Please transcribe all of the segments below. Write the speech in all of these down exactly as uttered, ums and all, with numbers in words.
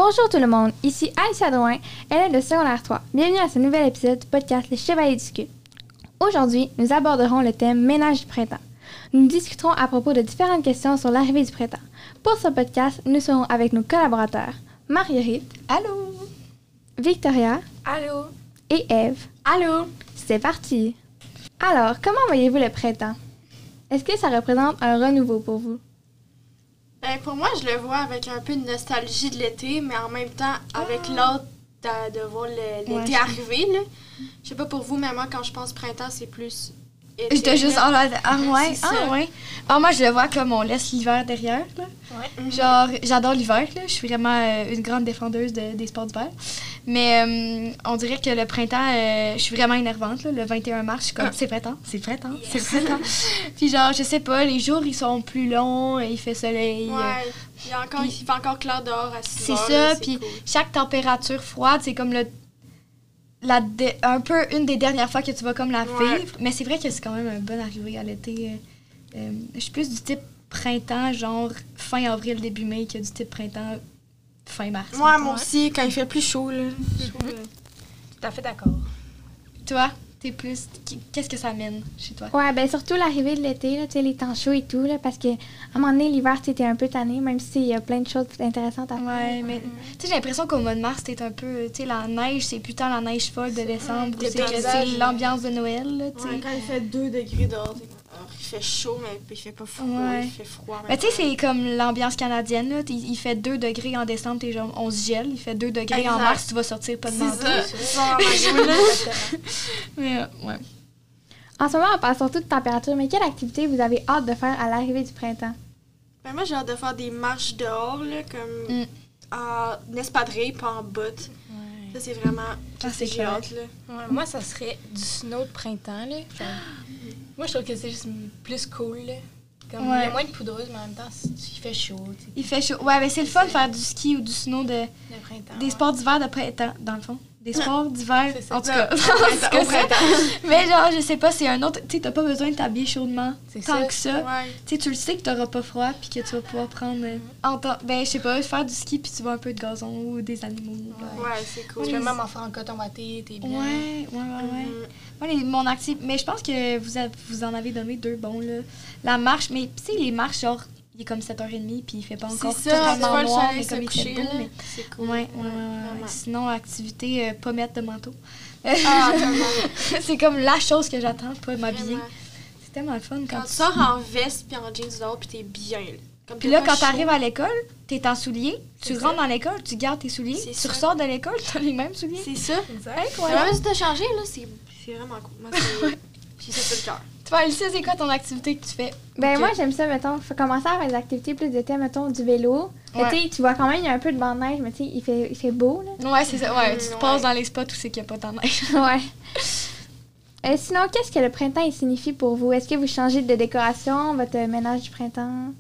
Bonjour tout le monde, ici Aïssa Drouin, élève de secondaire trois. Bienvenue à ce nouvel épisode du podcast Les Chevaliers du Cul. Aujourd'hui, nous aborderons le thème ménage du printemps. Nous discuterons à propos de différentes questions sur l'arrivée du printemps. Pour ce podcast, nous serons avec nos collaborateurs Marguerite. Allô. Victoria. Allô. Et Eve. Allô. C'est parti. Alors, comment voyez-vous le printemps? Est-ce que ça représente un renouveau pour vous? Ben, pour moi, je le vois avec un peu de nostalgie de l'été, mais en même temps, avec ah. l'hâte de, de voir le, l'été ouais, arriver. Là. Je sais pas pour vous, mais moi, quand je pense printemps, c'est plus été. J'étais juste en là. Ah ouais, ah ouais. Alors, moi, je le vois comme on laisse l'hiver derrière. Là. Ouais. Mm-hmm. Genre, j'adore l'hiver. Là. Je suis vraiment euh, une grande défendeuse de, des sports d'hiver. Mais euh, on dirait que le printemps, euh, je suis vraiment énervante. Là. Le vingt et un mars, je suis comme, ah. c'est printemps, c'est printemps, yes. c'est printemps. Puis genre, je sais pas, les jours, ils sont plus longs, il fait soleil. Ouais, euh, il, y a encore, puis, il fait encore clair dehors à six heures. C'est ça, puis cool. Chaque température froide, c'est comme le, la de, un peu une des dernières fois que tu vas comme la ouais. vivre. Mais c'est vrai que c'est quand même un bon arrivé à l'été. Euh, euh, je suis plus du type printemps, genre fin avril, début mai, que du type printemps fin mars. Ouais, moi aussi, quand il fait plus chaud, là. Chaud, là. Tout à fait d'accord. Toi, t'es plus... Qu'est-ce que ça mène chez toi? Ouais, ben surtout l'arrivée de l'été, là, tu sais, les temps chauds et tout, là, parce que à un moment donné, l'hiver, t'étais un peu tanné, même s'il y a plein de choses intéressantes à faire. Ouais, mais mm-hmm. tu sais, j'ai l'impression qu'au mois de mars, t'es un peu... Tu sais, la neige, c'est plus tant la neige folle de décembre, mmh, c'est que c'est l'ambiance de Noël, là, tu sais. Ouais, quand il fait deux degrés dehors, il fait chaud, mais il fait pas froid, ouais. il fait froid. Mais tu sais, c'est comme l'ambiance canadienne, là. Il fait deux degrés en décembre, t'es genre, on se gèle. Il fait deux degrés exact. En mars, tu vas sortir pas de manteau. C'est ça, c'est mais, euh, ouais. En ce moment, on parle surtout de température, mais quelle activité vous avez hâte de faire à l'arrivée du printemps? Ben moi, j'ai hâte de faire des marches dehors, là, comme mm. en espadrille, pas en bottes. Ouais. Ça, c'est vraiment... Ah, c'est j'ai hâte, là. Ouais, moi, ça serait du snow de printemps, là. Genre, moi, je trouve que c'est juste plus cool, là. Comme, ouais. Il y a moins de poudreuse, mais en même temps, il fait chaud. T'sais. Il fait chaud. Ouais, mais c'est le fun de faire du ski ou du snow de... de printemps. Des ouais. sports d'hiver de printemps, dans le fond. Des sports d'hiver, en tout cas. Au printemps. Mais genre, je sais pas, c'est un autre... Tu sais, t'as pas besoin de t'habiller chaudement c'est tant ça. que ça. Ouais. Tu sais, tu le sais que t'auras pas froid puis que tu vas pouvoir prendre... Euh, en temps... Ben, je sais pas, faire du ski puis tu vois un peu de gazon ou des animaux. Ouais, ouais c'est cool. Tu peux même en faire en coton watté, t'es bien. Ouais, ouais, ouais, ouais. Mm-hmm. Moi, les, mon actif... Mais je pense que vous, avez, vous en avez donné deux bons, là. La marche, mais tu sais, les marches, genre... Il est comme sept heures trente puis il fait pas encore c'est ça, totalement noir, mais se comme coucher, il fait beau. Mais... C'est cool. Ouais, ouais, ouais, ouais. Sinon, activité, euh, pas mettre de manteau. Ah, c'est comme la chose que j'attends, pas m'habiller. C'est tellement le fun. Quand, quand tu sors en veste puis en jeans dehors puis t'es bien. Puis là, quand t'arrives à l'école, t'es en souliers, tu rentres dans l'école, tu gardes tes souliers, c'est tu ça. ressors de l'école, t'as les mêmes souliers. C'est ça. Exact. Ouais. Même si t'as changé, là, c'est, c'est vraiment cool. Moi, c'est... J'ai ça sur le cœur. Toi, Alicia, c'est quoi ton activité que tu fais? Ben okay. Moi, j'aime ça, mettons, faut commencer à faire des activités plus d'été, mettons, du vélo. Ouais. Tu sais, tu vois quand même, il y a un peu de bande neige, mais tu sais, il fait, il fait beau, là. Ouais, c'est ça. Ouais, tu te ouais. passes dans les spots où c'est qu'il n'y a pas de neige. Ouais. Euh, sinon, qu'est-ce que le printemps il signifie pour vous? Est-ce que vous changez de décoration, votre ménage du printemps?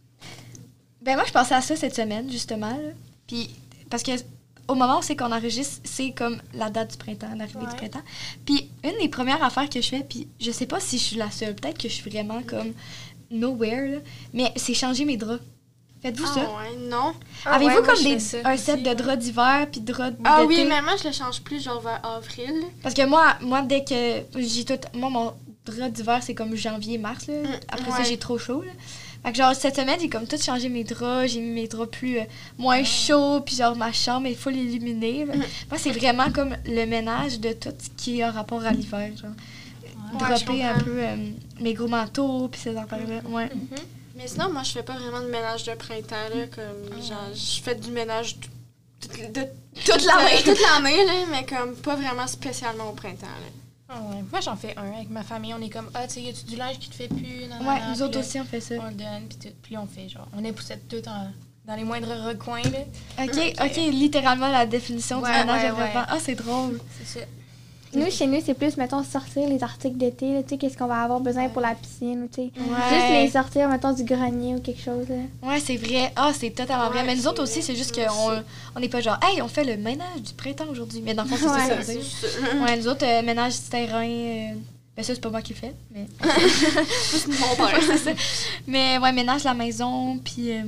Ben moi, je pensais à ça cette semaine, justement. Là. Puis, parce que au moment où c'est qu'on enregistre, c'est comme la date du printemps, l'arrivée ouais. du printemps. Puis, une des premières affaires que je fais, puis je sais pas si je suis la seule, peut-être que je suis vraiment comme nowhere, là, mais c'est changer mes draps. Faites-vous ah, ça? Ouais, non. Ah, Avez-vous ouais, comme moi, des, un set aussi, de draps d'hiver puis de draps d'été? Ah oui, mais moi, je le change plus genre vers avril. Parce que moi, moi dès que j'ai tout... Moi, mon drap d'hiver, c'est comme janvier, mars, là. Mmh, Après ouais. ça, j'ai trop chaud, là. Fait que genre, cette semaine, j'ai comme tout changé mes draps. J'ai mis mes draps plus... Euh, moins chauds, puis genre, ma chambre est full illuminée. Mmh. Moi, c'est vraiment comme le ménage de tout ce qui a rapport à l'hiver, genre. Ouais, dropper un peu euh, mes gros manteaux, puis ces affaires-là. Ouais. Mm-hmm. Mais sinon, moi, je fais pas vraiment de ménage de printemps, là, comme, mm. genre, je fais du ménage t- t- de, toute l'année, toute l'année, là, mais comme, pas vraiment spécialement au printemps, là. Ah ouais. Moi, j'en fais un avec ma famille, on est comme, ah, tu sais, y a-tu du linge qui te fait plus? Non, ouais, non, nous autres là, aussi, on fait ça. On le donne, puis tout, puis on fait, genre, on époussette tout en, dans les moindres recoins, là. OK, OK, okay littéralement la définition ouais, du ménage ouais, de printemps. Ouais. Ah, c'est drôle. C'est ça. Nous, chez nous, c'est plus, mettons, sortir les articles d'été, tu sais, qu'est-ce qu'on va avoir besoin ouais. pour la piscine, tu sais. Ouais. Juste les sortir, mettons, du grenier ou quelque chose, là. Ouais, c'est vrai. Ah, c'est totalement ouais, vrai. Mais nous autres aussi, c'est juste qu'on on n'est pas genre, hey, on fait le ménage du printemps aujourd'hui. Mais dans le fond, c'est ouais. ça, ça, ça. Ouais, nous autres, euh, ménage du terrain, euh, ben ça, c'est pas moi qui le fais, mais... c'est mon père. c'est ça. Mais ouais, ménage la maison, puis... Euh,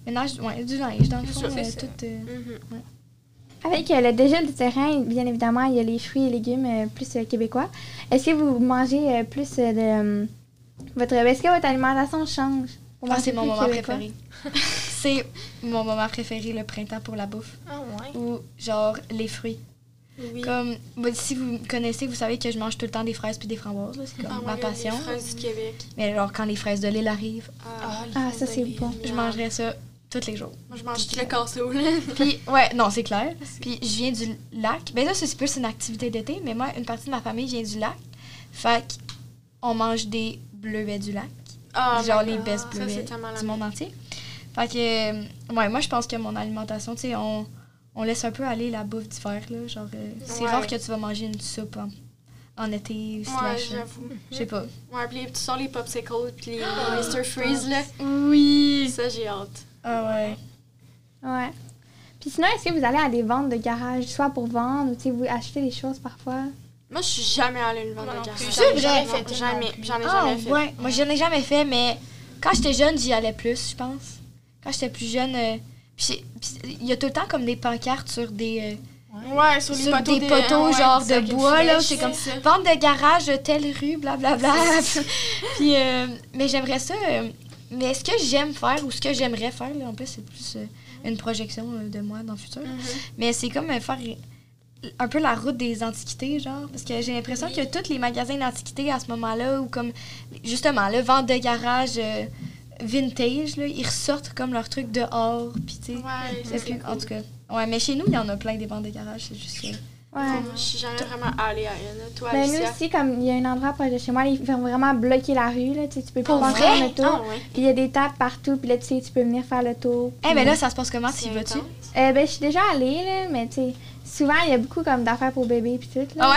Ménage, ouais, du linge, dans le fond. ça, euh, c'est tout, euh, Mhm. Avec euh, le dégel du terrain, bien évidemment, il y a les fruits et légumes euh, plus euh, québécois. Est-ce que vous mangez euh, plus euh, de... euh, votre... Est-ce que votre alimentation change? Vous Ah, mangez c'est mon plus moment québécois? préféré. C'est mon moment préféré, le printemps pour la bouffe. Ah ouais? Ou genre les fruits. Oui. Comme, bah, si vous me connaissez, vous savez que je mange tout le temps des fraises puis des framboises. là. C'est comme Ah, ma ouais, passion. Les fraises du Québec. Mais alors, quand les fraises de l'île arrivent, Ah, les Ah, fraises ça, de c'est l'île. bon. je mangerais ça tous les jours. Moi, je mange tout le casseau, là. Puis, ouais, non, c'est clair. Puis, je viens du lac. Ben, ça, c'est plus une activité d'été, mais moi, une partie de ma famille vient du lac. Fait qu'on mange des bleuets du lac. Ah, genre my les God. best Ça, bleuets c'est tellement la du monde entier. Fait que, euh, ouais, moi, je pense que mon alimentation, tu sais, on, on laisse un peu aller la bouffe d'hiver, là. Genre, euh, c'est Ouais. rare que tu vas manger une soupe en, en été, Ouais, slash, euh, j'avoue. je sais pas. Ouais, puis les- tu sors les popsicles puis les, les mister Freeze, là. Oui! Ça, j'ai hâte. Ah ouais. Ouais. Puis sinon, est-ce que vous allez à des ventes de garage, soit pour vendre ou tu sais, vous achetez des choses parfois? Moi, je suis jamais allée à une vente Moi de non garage. plus. C'est J'en ai vrai? jamais Non, fait une jamais. non plus. J'en ai Ah jamais fait. ouais, moi, j'en ai jamais fait, mais quand j'étais jeune, j'y allais plus, je pense. Quand j'étais plus jeune, euh, puis puis il y a tout le temps comme des pancartes sur des... euh, Ouais, sur les sur poteaux. des poteaux, ouais, genre c'est de ça, bois, une là, flèche, c'est comme ça. vente de garage de telle rue, blablabla. Puis, euh, mais j'aimerais ça. euh, mais ce que j'aime faire ou ce que j'aimerais faire, là, en plus, c'est plus euh, une projection euh, de moi dans le futur. Mhm. Mais c'est comme euh, faire euh, un peu la route des antiquités, genre. Parce que j'ai l'impression que tous les magasins d'antiquités à ce moment-là, ou comme, justement, le vente de garage euh, vintage, là, ils ressortent comme leur truc dehors. Puis, tu sais, Ouais, c'est c'est plus- cool. en tout cas. Ouais, mais chez nous, il y en a plein des ventes de garage, c'est juste que. Ouais. Moi, je suis jamais vraiment allée à une. Toi, Ben, nous Alicia? aussi, comme il y a un endroit proche de chez moi, ils vont vraiment bloquer la rue, là, tu sais, tu peux pas Pour faire vrai? le tour. Ah, ouais. Puis il y a des tables partout, puis là, tu sais, tu peux venir faire le tour. Eh, puis- mais là, ça se passe comment? Tu y C'est vas-tu? intense. Euh, ben, je suis déjà allée, là, mais tu sais, souvent, il y a beaucoup comme d'affaires pour bébé, puis tout, là.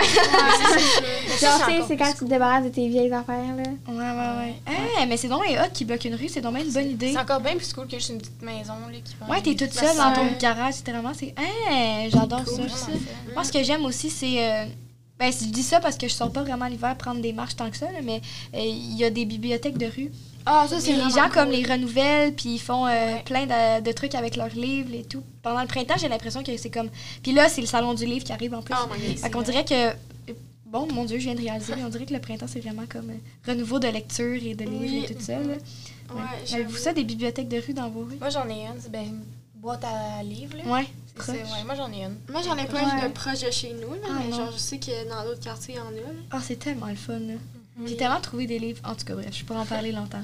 Ah ouais? Mais ça, Genre, tu sais, encore c'est quand plus tu te débarrasses de tes vieilles affaires, là. Ouais, ouais, ouais. Eh, mais c'est donc un hot qui bloque une rue, c'est donc une bonne idée. C'est encore bien plus cool que juste une petite maison là, qui vend Ouais, t'es des toute petites seule dans ton Ouais. garage, c'est vraiment, c'est... Eh, j'adore cool, ça. vraiment fun. Moi, ce que j'aime aussi, c'est... euh, ben, je dis ça parce que je sors pas vraiment l'hiver prendre des marches tant que ça, là, mais euh, il y a des bibliothèques de rue. Ah, ça, Puis c'est les vraiment gens cool. comme les renouvellent, puis ils font euh, Ouais. plein de, de trucs avec leurs livres et tout. Pendant le printemps, j'ai l'impression que c'est comme... Puis là, c'est le salon du livre qui arrive en plus. Oh my God. Fait qu'on dirait que... Bon, mon Dieu, je viens de réaliser, mais on dirait que le printemps, c'est vraiment comme euh, renouveau de lecture et de livres Oui. et tout ça. Là. Ouais, Avez-vous ça, des bibliothèques de rue dans vos rues? Moi, j'en ai une. C'est ben, une boîte à livres. Là. Ouais. C'est ça, proche. ouais, moi, j'en ai une. Moi, j'en ai pas Ouais. une de proche de chez nous, là, Ah, mais non. genre, je sais que dans d'autres quartiers, il y en a. Là. Ah, c'est tellement le fun, là. J'ai tellement trouvé des livres. En tout cas, bref, je pourrais en parler longtemps.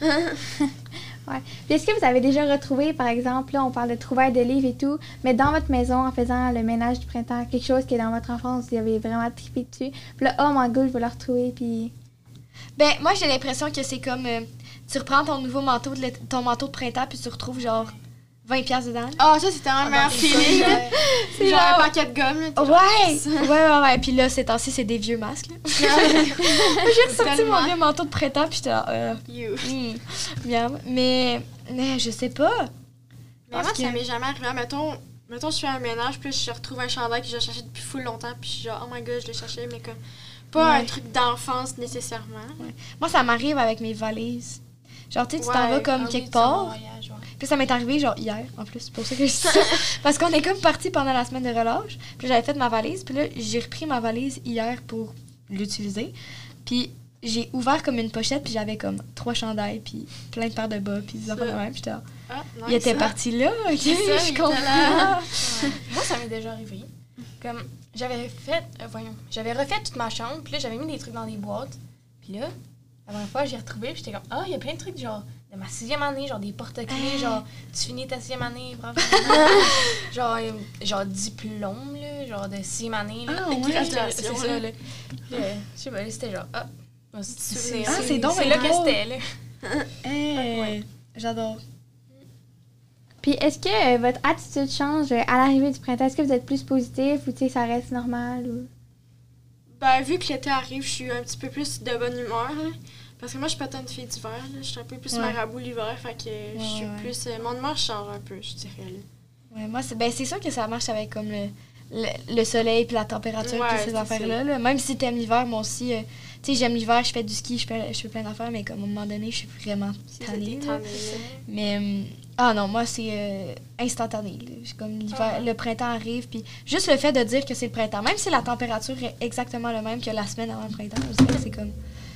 Ouais. Puis est-ce que vous avez déjà retrouvé, par exemple, là, on parle de trouvailles de livres et tout, mais dans votre maison, en faisant le ménage du printemps, quelque chose qui est dans votre enfance, vous avez vraiment trippé dessus, puis là, oh mon god, je vais le retrouver, puis... Ben, moi, j'ai l'impression que c'est comme... euh, tu reprends ton nouveau manteau de, l'été- ton manteau de printemps, puis tu retrouves genre vingt piastres dedans. Ah, ça, c'est tellement le meilleur feeling. là. C'est Genre genre- un paquet de gomme. Là, t'es genre, Ouais! Ouais, ouais, ouais. Puis là, ces temps-ci, c'est des vieux masques, là. J'ai ressorti Tellement. mon vieux manteau de printemps, puis j'étais là... euh, You. hmm, bien. Mais, mais je sais pas. Mais moi, Parce ça que- m'est jamais arrivé. Mettons, mettons, je fais un ménage, puis je retrouve un chandail que j'ai cherché depuis full longtemps, puis je suis genre, oh my god, je l'ai cherché, mais comme. Pas Ouais. un truc d'enfance nécessairement. Moi, ça m'arrive avec mes valises. Genre, tu sais, tu t'en Ouais, vas comme Ah oui, quelque c'est part. mon voyage, ouais. Puis ça m'est arrivé, genre, hier, en plus. C'est pour ça que je dis ça. Parce qu'on est comme parti pendant la semaine de relâche. Puis j'avais fait ma valise. Puis là, j'ai repris ma valise hier pour l'utiliser. Puis j'ai ouvert comme une pochette. Puis j'avais comme trois chandails. Puis plein de paires de bas. Puis des affaires de même. Puis j'étais là, Ah, non, il était ça. parti là. OK, C'est ça, je il était comprends. là. Moi, ça m'est déjà arrivé. Comme, j'avais fait, euh, voyons, j'avais refait toute ma chambre, puis là, j'avais mis des trucs dans des boîtes. Puis là, la première fois, j'ai retrouvé, puis j'étais comme, ah, il y a plein de trucs, genre, de ma sixième année, genre des porte-clés, genre, tu finis ta sixième année, bravo. genre, euh, genre, diplôme, là, genre, de sixième année, là. Ah, ouais. Puis là, j'étais- Graduation, c'est ça, là. là. Puis, euh, je sais pas, là, c'était genre, ah, c'est souvenir. Ah, c'est donc c'est là bien que drôle. c'était, là. Hey, Ouais. J'adore. Puis est-ce que euh, votre attitude change euh, à l'arrivée du printemps? Est-ce que vous êtes plus positif ou, tu sais, ça reste normal, ou... Ben, vu que l'été arrive, je suis un petit peu plus de bonne humeur. Là. Parce que moi, je suis pas tant une fille d'hiver. là. Je suis un peu plus Ouais. marabout l'hiver. Fait que je suis ouais. plus. euh, mon humeur change un peu, je dirais. Là. Ouais, moi, c'est ben, c'est sûr que ça marche avec comme le, le, le soleil puis la température Ouais, puis ces c'est affaires-là. Là. Même si t'aimes l'hiver, moi aussi, euh, tu sais, j'aime l'hiver, je fais du ski, je fais, je fais plein d'affaires, mais comme à un moment donné, je suis vraiment tannée. T'es là. tannée, là. Mais, euh, ah non, moi, c'est euh, instantané. Là. Je suis comme l'hiver, Ah. le printemps arrive, puis juste le fait de dire que c'est le printemps, même si la température est exactement la même que la semaine avant le printemps, je dirais que c'est comme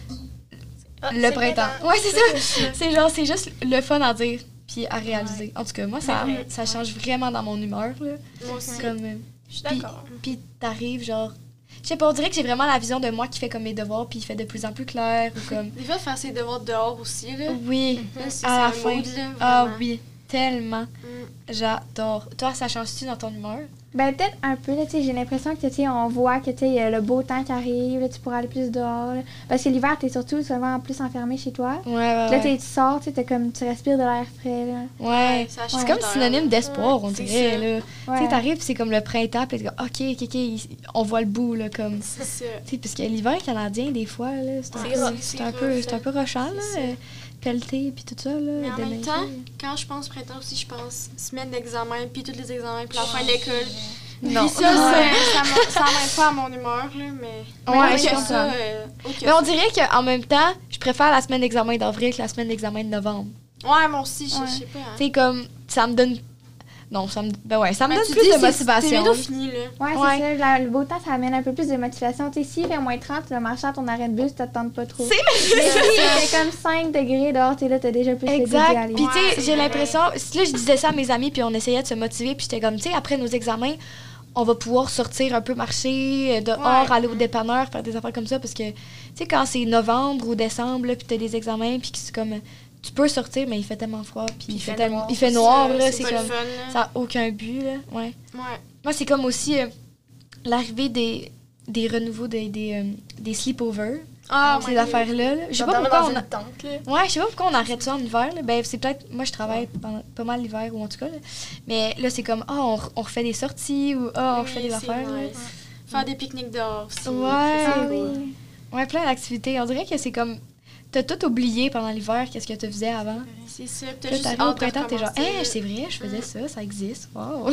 Ah, le c'est printemps. Ouais, c'est ça. C'est genre, c'est juste le fun à dire, puis à réaliser. En tout cas, moi, ça, C'est vrai. ça change vraiment dans mon humeur, là. Moi aussi. Comme, euh, Je suis puis- d'accord. puis t'arrives, genre... Je sais pas, on dirait que j'ai vraiment la vision de moi qui fait comme mes devoirs, puis il fait de plus en plus clair, ou comme... Des fois, faire ses devoirs dehors aussi, là. Oui, Là, c'est à la c'est un fin. mood, là, Ah vraiment. oui, tellement. Mm. J'adore. Toi, ça change-tu dans ton humeur? Ben, peut-être un peu, là, tu sais, j'ai l'impression que, tu sais, on voit que, tu sais, il y a le beau temps qui arrive, là, tu pourras aller plus dehors, là. Parce que l'hiver, t'es surtout souvent plus enfermé chez toi. Ouais, ouais, Puis là, ouais. tu sais, tu sors, tu sais, t'as comme, tu respires de l'air frais, là. Ouais. Ça C'est change comme d'air, synonyme là. d'espoir, on c'est dirait, ça. là. Tu Ouais. sais, t'arrives, puis c'est comme le printemps, puis t'es comme, OK, OK, OK, il- on voit le bout, là, comme... C'est ça. Tu sais, parce que l'hiver canadien, des fois, là, c'est un, Ouais, peu- c'est- c'est c'est un peu, rough, c'est un peu rochant, là, C'est ça. euh, pelleté, puis tout ça, là. Mais en même déneiger. temps, quand je pense printemps aussi, je pense semaine d'examen, puis tous les examens, puis la fin de l'école. Non. Puis ça, c'est- ça m'a- ça m'aide pas à mon humeur, là, mais... Ouais, mais je que comprends. ça, euh, aucun Mais on ça. dirait qu'en même temps, je préfère la semaine d'examen d'avril que la semaine d'examen de novembre. Ouais, moi aussi, je Ouais. je sais pas. Hein. Tu sais, comme, ça me donne... Non, ça me... Ben ouais, ça me Ben, donne tu plus dis, de c'est- motivation. C'est bientôt fini, là. Ouais, Ouais. c'est ça. La- le beau temps, ça amène un peu plus de motivation. Tu sais, s'il fait moins trente, tu vas marcher à ton arrêt de bus, tu t'attends pas trop. C'est- Mais si il fait comme cinq degrés dehors, tu sais, là, t'as déjà plus le goût d'y Exact. aller. Puis tu Ouais, sais, c'est j'ai vrai. l'impression... Là, je disais ça à mes amis, puis on essayait de se motiver, puis j'étais comme, tu sais, après nos examens, on va pouvoir sortir un peu marcher euh, dehors, Ouais. aller au dépanneur, faire des affaires comme ça, parce que, tu sais, quand c'est novembre ou décembre, là, puis t'as des examens, puis que c'est comme... Tu peux sortir, mais il fait tellement froid, puis il, il fait fait tellement... noir. Il fait noir, Ça, là, c'est pas comme... le fun, là. Ça n'a aucun but, là, ouais. Ouais. Moi, c'est comme aussi euh, l'arrivée des, des renouveaux, des, des, euh, des sleepovers, Ah, ces ouais. affaires-là. là. Je sais pas J'entends pourquoi dans on a... une tente, là. Ouais, je sais pas pourquoi on arrête ça en hiver. Là. Ben, c'est peut-être... Moi, je travaille pendant- pas mal l'hiver, ou en tout cas. Là. Mais là, c'est comme, ah, on, re- on refait des sorties, ou ah, on Oui, refait des c'est affaires. là. nice. Faire des pique-niques dehors aussi. Ouais. Ça, Ah c'est oui. cool. Ouais, plein d'activités. On dirait que c'est comme... T'as tout oublié pendant l'hiver, qu'est-ce que tu faisais avant. C'est ça. Puis t'as Là, juste t'arrives au hâte de printemps, t'es genre, recommencer. hey, c'est vrai, je faisais ça, ça existe. Wow.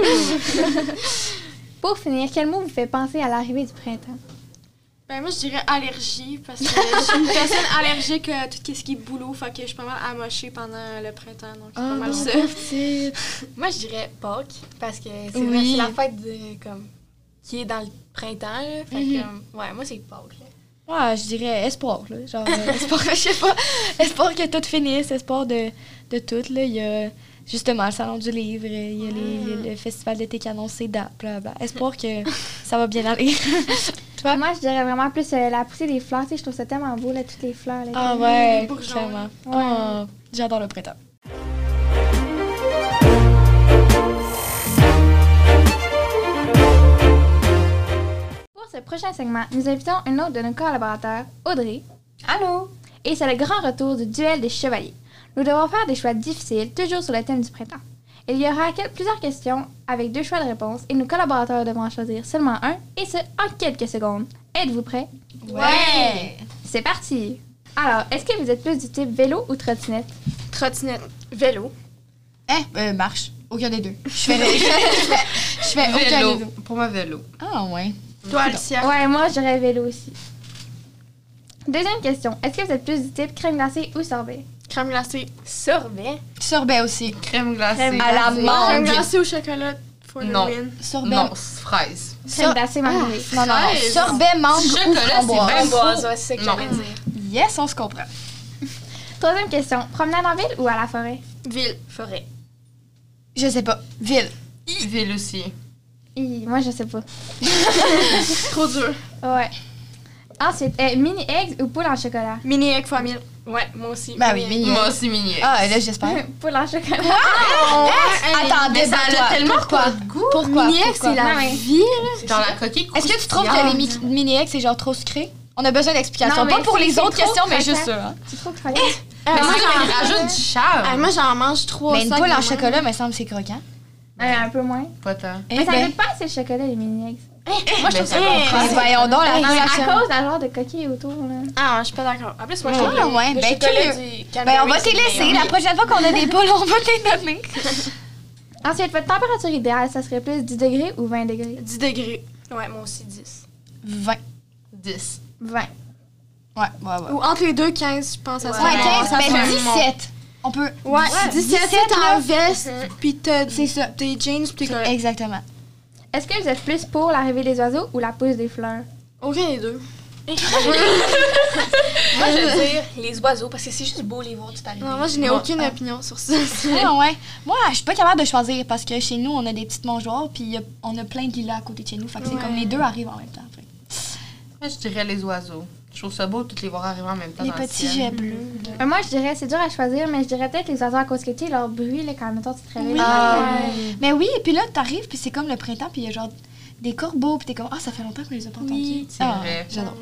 Pour finir, quel mot vous fait penser à l'arrivée du printemps? Ben moi, je dirais allergie, parce que je suis une personne allergique à tout ce qui est boulot, fait que je suis pas mal amochée pendant le printemps, donc c'est pas mal ça. petite. Moi, je dirais Pâques, parce que c'est Oui. vrai, c'est la fête de, comme, qui est dans le printemps, là. Fait Mhm. que, comme, ouais, moi, c'est Pâques, là. Ouais, je dirais espoir, là. Genre, euh, espoir, je sais pas. Espoir que tout finisse, espoir de, de tout, là. Il y a justement le Salon du Livre, il y a les, les- le Festival d'été qui annonce ses dates, blablabla. Espoir que ça va bien aller. Toi? Moi, je dirais vraiment plus euh, la poussée des fleurs. Tu sais, je trouve ça tellement beau, là, toutes les fleurs. Là, Ah comme- ouais, les bourgeons, clairement. Ouais. Ah, j'adore le printemps. Pour ce prochain segment, nous invitons une autre de nos collaborateurs, Audrey. Allô? Et c'est le grand retour du duel des chevaliers. Nous devons faire des choix difficiles, toujours sur le thème du printemps. Il y aura quel- plusieurs questions avec deux choix de réponse et nos collaborateurs devront en choisir seulement un, et ce, en quelques secondes. Êtes-vous prêts? Ouais! C'est parti! Alors, est-ce que vous êtes plus du type vélo ou trottinette? Trottinette. Vélo. Hein? Euh, marche. Aucun des deux. Je fais, je fais, je fais aucun Vélo. des deux. Pour moi, vélo. Ah ouais. Toi, Alicia. Ouais, moi, je dirais vélo aussi. Deuxième question. Est-ce que vous êtes plus du type crème glacée ou sorbet? Crème glacée. Sorbet. Sorbet aussi. Crème glacée. Crème À la glacée. Crème mangue. glacée au chocolat. For the Non. win. Sorbet. Non, c'est fraise. Crème glacée marguerite. Non, non, non. Fraise. Sorbet, mangue ou Chocolat, c'est framboise. bien Framboise, ouais, c'est ça que Non. j'allais dire. Yes, on se comprend. Troisième question. Promenade en ville ou à la forêt? Ville. Forêt. Je sais pas. Ville. Ville aussi. Hi, moi, je sais pas. Trop dur. Ouais. Ensuite, euh, mini eggs ou poule en chocolat? Mini egg fois mille. Ouais, moi aussi. Ben oui, mini. Moi aussi, mini. Ah, là, j'espère. Poule en chocolat. Attends, mais ça débat-toi. a tellement Pourquoi? pas de goût. Pourquoi? Mini egg, Pourquoi? c'est la Non, mais- vie. C'est dans la coquille Est-ce que tu trouves que les mi- mini-eggs, c'est genre trop sucré? On a besoin d'explications. Non, mais Pas pour c'est- les c'est autres trop questions, mais croquant. juste ça. hein. C'est trop croyant. Euh, Mais moi, c'est j'en qu'ils rajoutent du charme. Ah, moi, j'en mange trois Mais une sacs poule de en même. chocolat, me semble, c'est croquant. Euh, un peu moins. Pas tant. Mais ça ben, goûte pas assez le chocolat, les mini eggs. Moi, je trouve ça Eh, bon. mais voyons donc, la Non, mais la à chocolat. cause d'un genre de coquille autour, là. Ah, je suis pas d'accord. En plus, moi, je Ah, trouve le- ouais, le ben, chocolat curieux. du Ben, on va Cadbury, te c'est laisser. meilleur. La prochaine fois qu'on a des poules, on va te les donner. Ensuite, votre température idéale, ça serait plus dix degrés ou vingt degrés? dix degrés. Ouais, moi aussi dix. vingt. dix. vingt. Ouais, ouais, ouais. Ou entre les deux, quinze, je pense à Ouais, ça. Ouais, quinze, ça mais fait- dix-sept. On peut. Ouais, dix-sept, t'es en là. veste, puis t'as C'est ça. tes jeans, puis t'es correct. Exactement. Est-ce que vous êtes plus pour l'arrivée des oiseaux ou la pousse des fleurs? Aucun des deux. Moi, je veux dire les oiseaux, parce que c'est juste beau les voir tout arriver. Non, moi, je n'ai Moi, aucune ah. opinion sur ça. Ah ouais. Moi, je suis pas capable de choisir parce que chez nous, on a des petites mangeoires, puis y a- on a plein de lilas à côté de chez nous. Fait que c'est Ouais. comme les deux arrivent en même temps. Fait. Moi, je dirais les oiseaux. Je trouve ça beau de toutes les voir arriver en même temps. Les dans le petits ciel. jets bleus. là. Euh, moi, je dirais, c'est dur à choisir, mais je dirais peut-être les oiseaux à cause que, tu sais, leur bruit, là, quand mettons, tu te réveilles. Oui. Ah, Ouais. Mais oui, puis là, t'arrives, puis c'est comme le printemps, puis il y a genre des corbeaux, puis t'es comme, ah, ça fait longtemps qu'on les a pas entendus. Oui, c'est Ah, vrai. J'adore.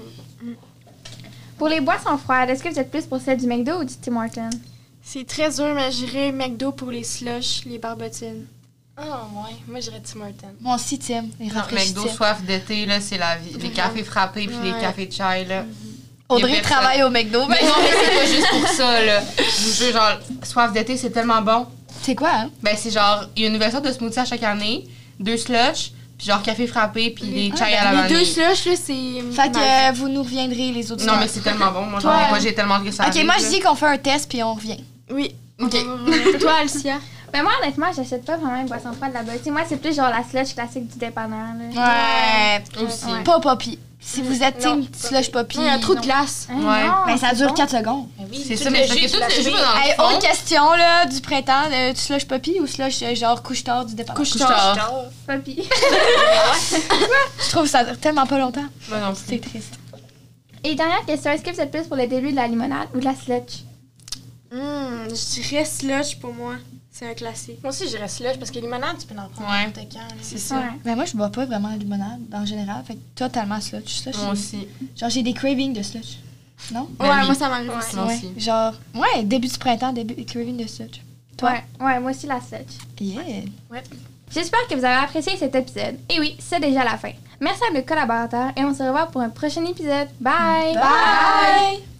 Pour les boissons froides, est-ce que vous êtes plus pour celle du McDo ou du Tim Hortons? C'est très dur, mais j'irais McDo pour les slushs, les barbotines. Ah, ouais. Moi, je dirais Tim Hortons. Moi aussi, Tim. Les Non, rafraîchissants. McDo, soif d'été, là, c'est la vie. Les cafés frappés puis les Ouais. cafés de chai, là. Audrey Il y a personne. travaille au McDo. Mais non, mais c'est pas juste pour ça, là. Je vous jure, genre, soif d'été, c'est tellement bon. C'est quoi, hein? Ben, c'est genre, il y a une nouvelle sorte de smoothie à chaque année, deux slushs, puis genre café frappé, puis les chai à la Les deux vanille. slushs, là, c'est. Fait que ma- euh, vous nous reviendrez, les autres. Non, mais c'est tellement bon. Moi, genre, Toi, moi j'ai tellement de ça. Ok, moi, je dis qu'on fait un test, puis on revient. Oui. Ok. Toi, Alicia. Mais moi, honnêtement, j'achète pas vraiment une boisson froide là-bas. Tu sais, moi, c'est plus genre la slush classique du dépanneur, là. Ouais. Aussi. Ouais. Pas Poppy. Si vous êtes Non, team slush Poppy. Il y a trop de non. glace. Hein, Ouais. non, Ben, ça c'est dure bon. quatre secondes. Ben oui, C'est tout ça, le mais parce jus que de tout la ce jus souris. dans Hey, le autre fond. question, là, du printemps, euh, du slush Poppy ou slush euh, genre couche-tard du dépanneur? Couche-tard. Papi. Je trouve ça dure tellement pas longtemps. Moi non C'est plus. triste. Et dernière question, est-ce que vous êtes plus pour le début de la limonade ou de la slush? Hum, je dirais slush pour moi. C'est un classique. Moi aussi, je dirais slush, parce que limonade, tu peux en prendre Ouais. n'importe quand. là. C'est ça. Ouais. Ben, moi, je bois pas vraiment de limonade en général. Fait que totalement slush. slush Moi c'est- aussi. Genre, j'ai des cravings de slush. Non? Ben ouais, oui. moi, ça m'arrive aussi. Moi Ouais. aussi. Genre, ouais, début du printemps, début craving de slush. Toi? Ouais, ouais, moi aussi la slush. Yeah. J'espère que vous avez apprécié cet épisode. Et oui, c'est déjà la fin. Merci à mes collaborateurs et on se revoit pour un prochain épisode. Bye! Bye.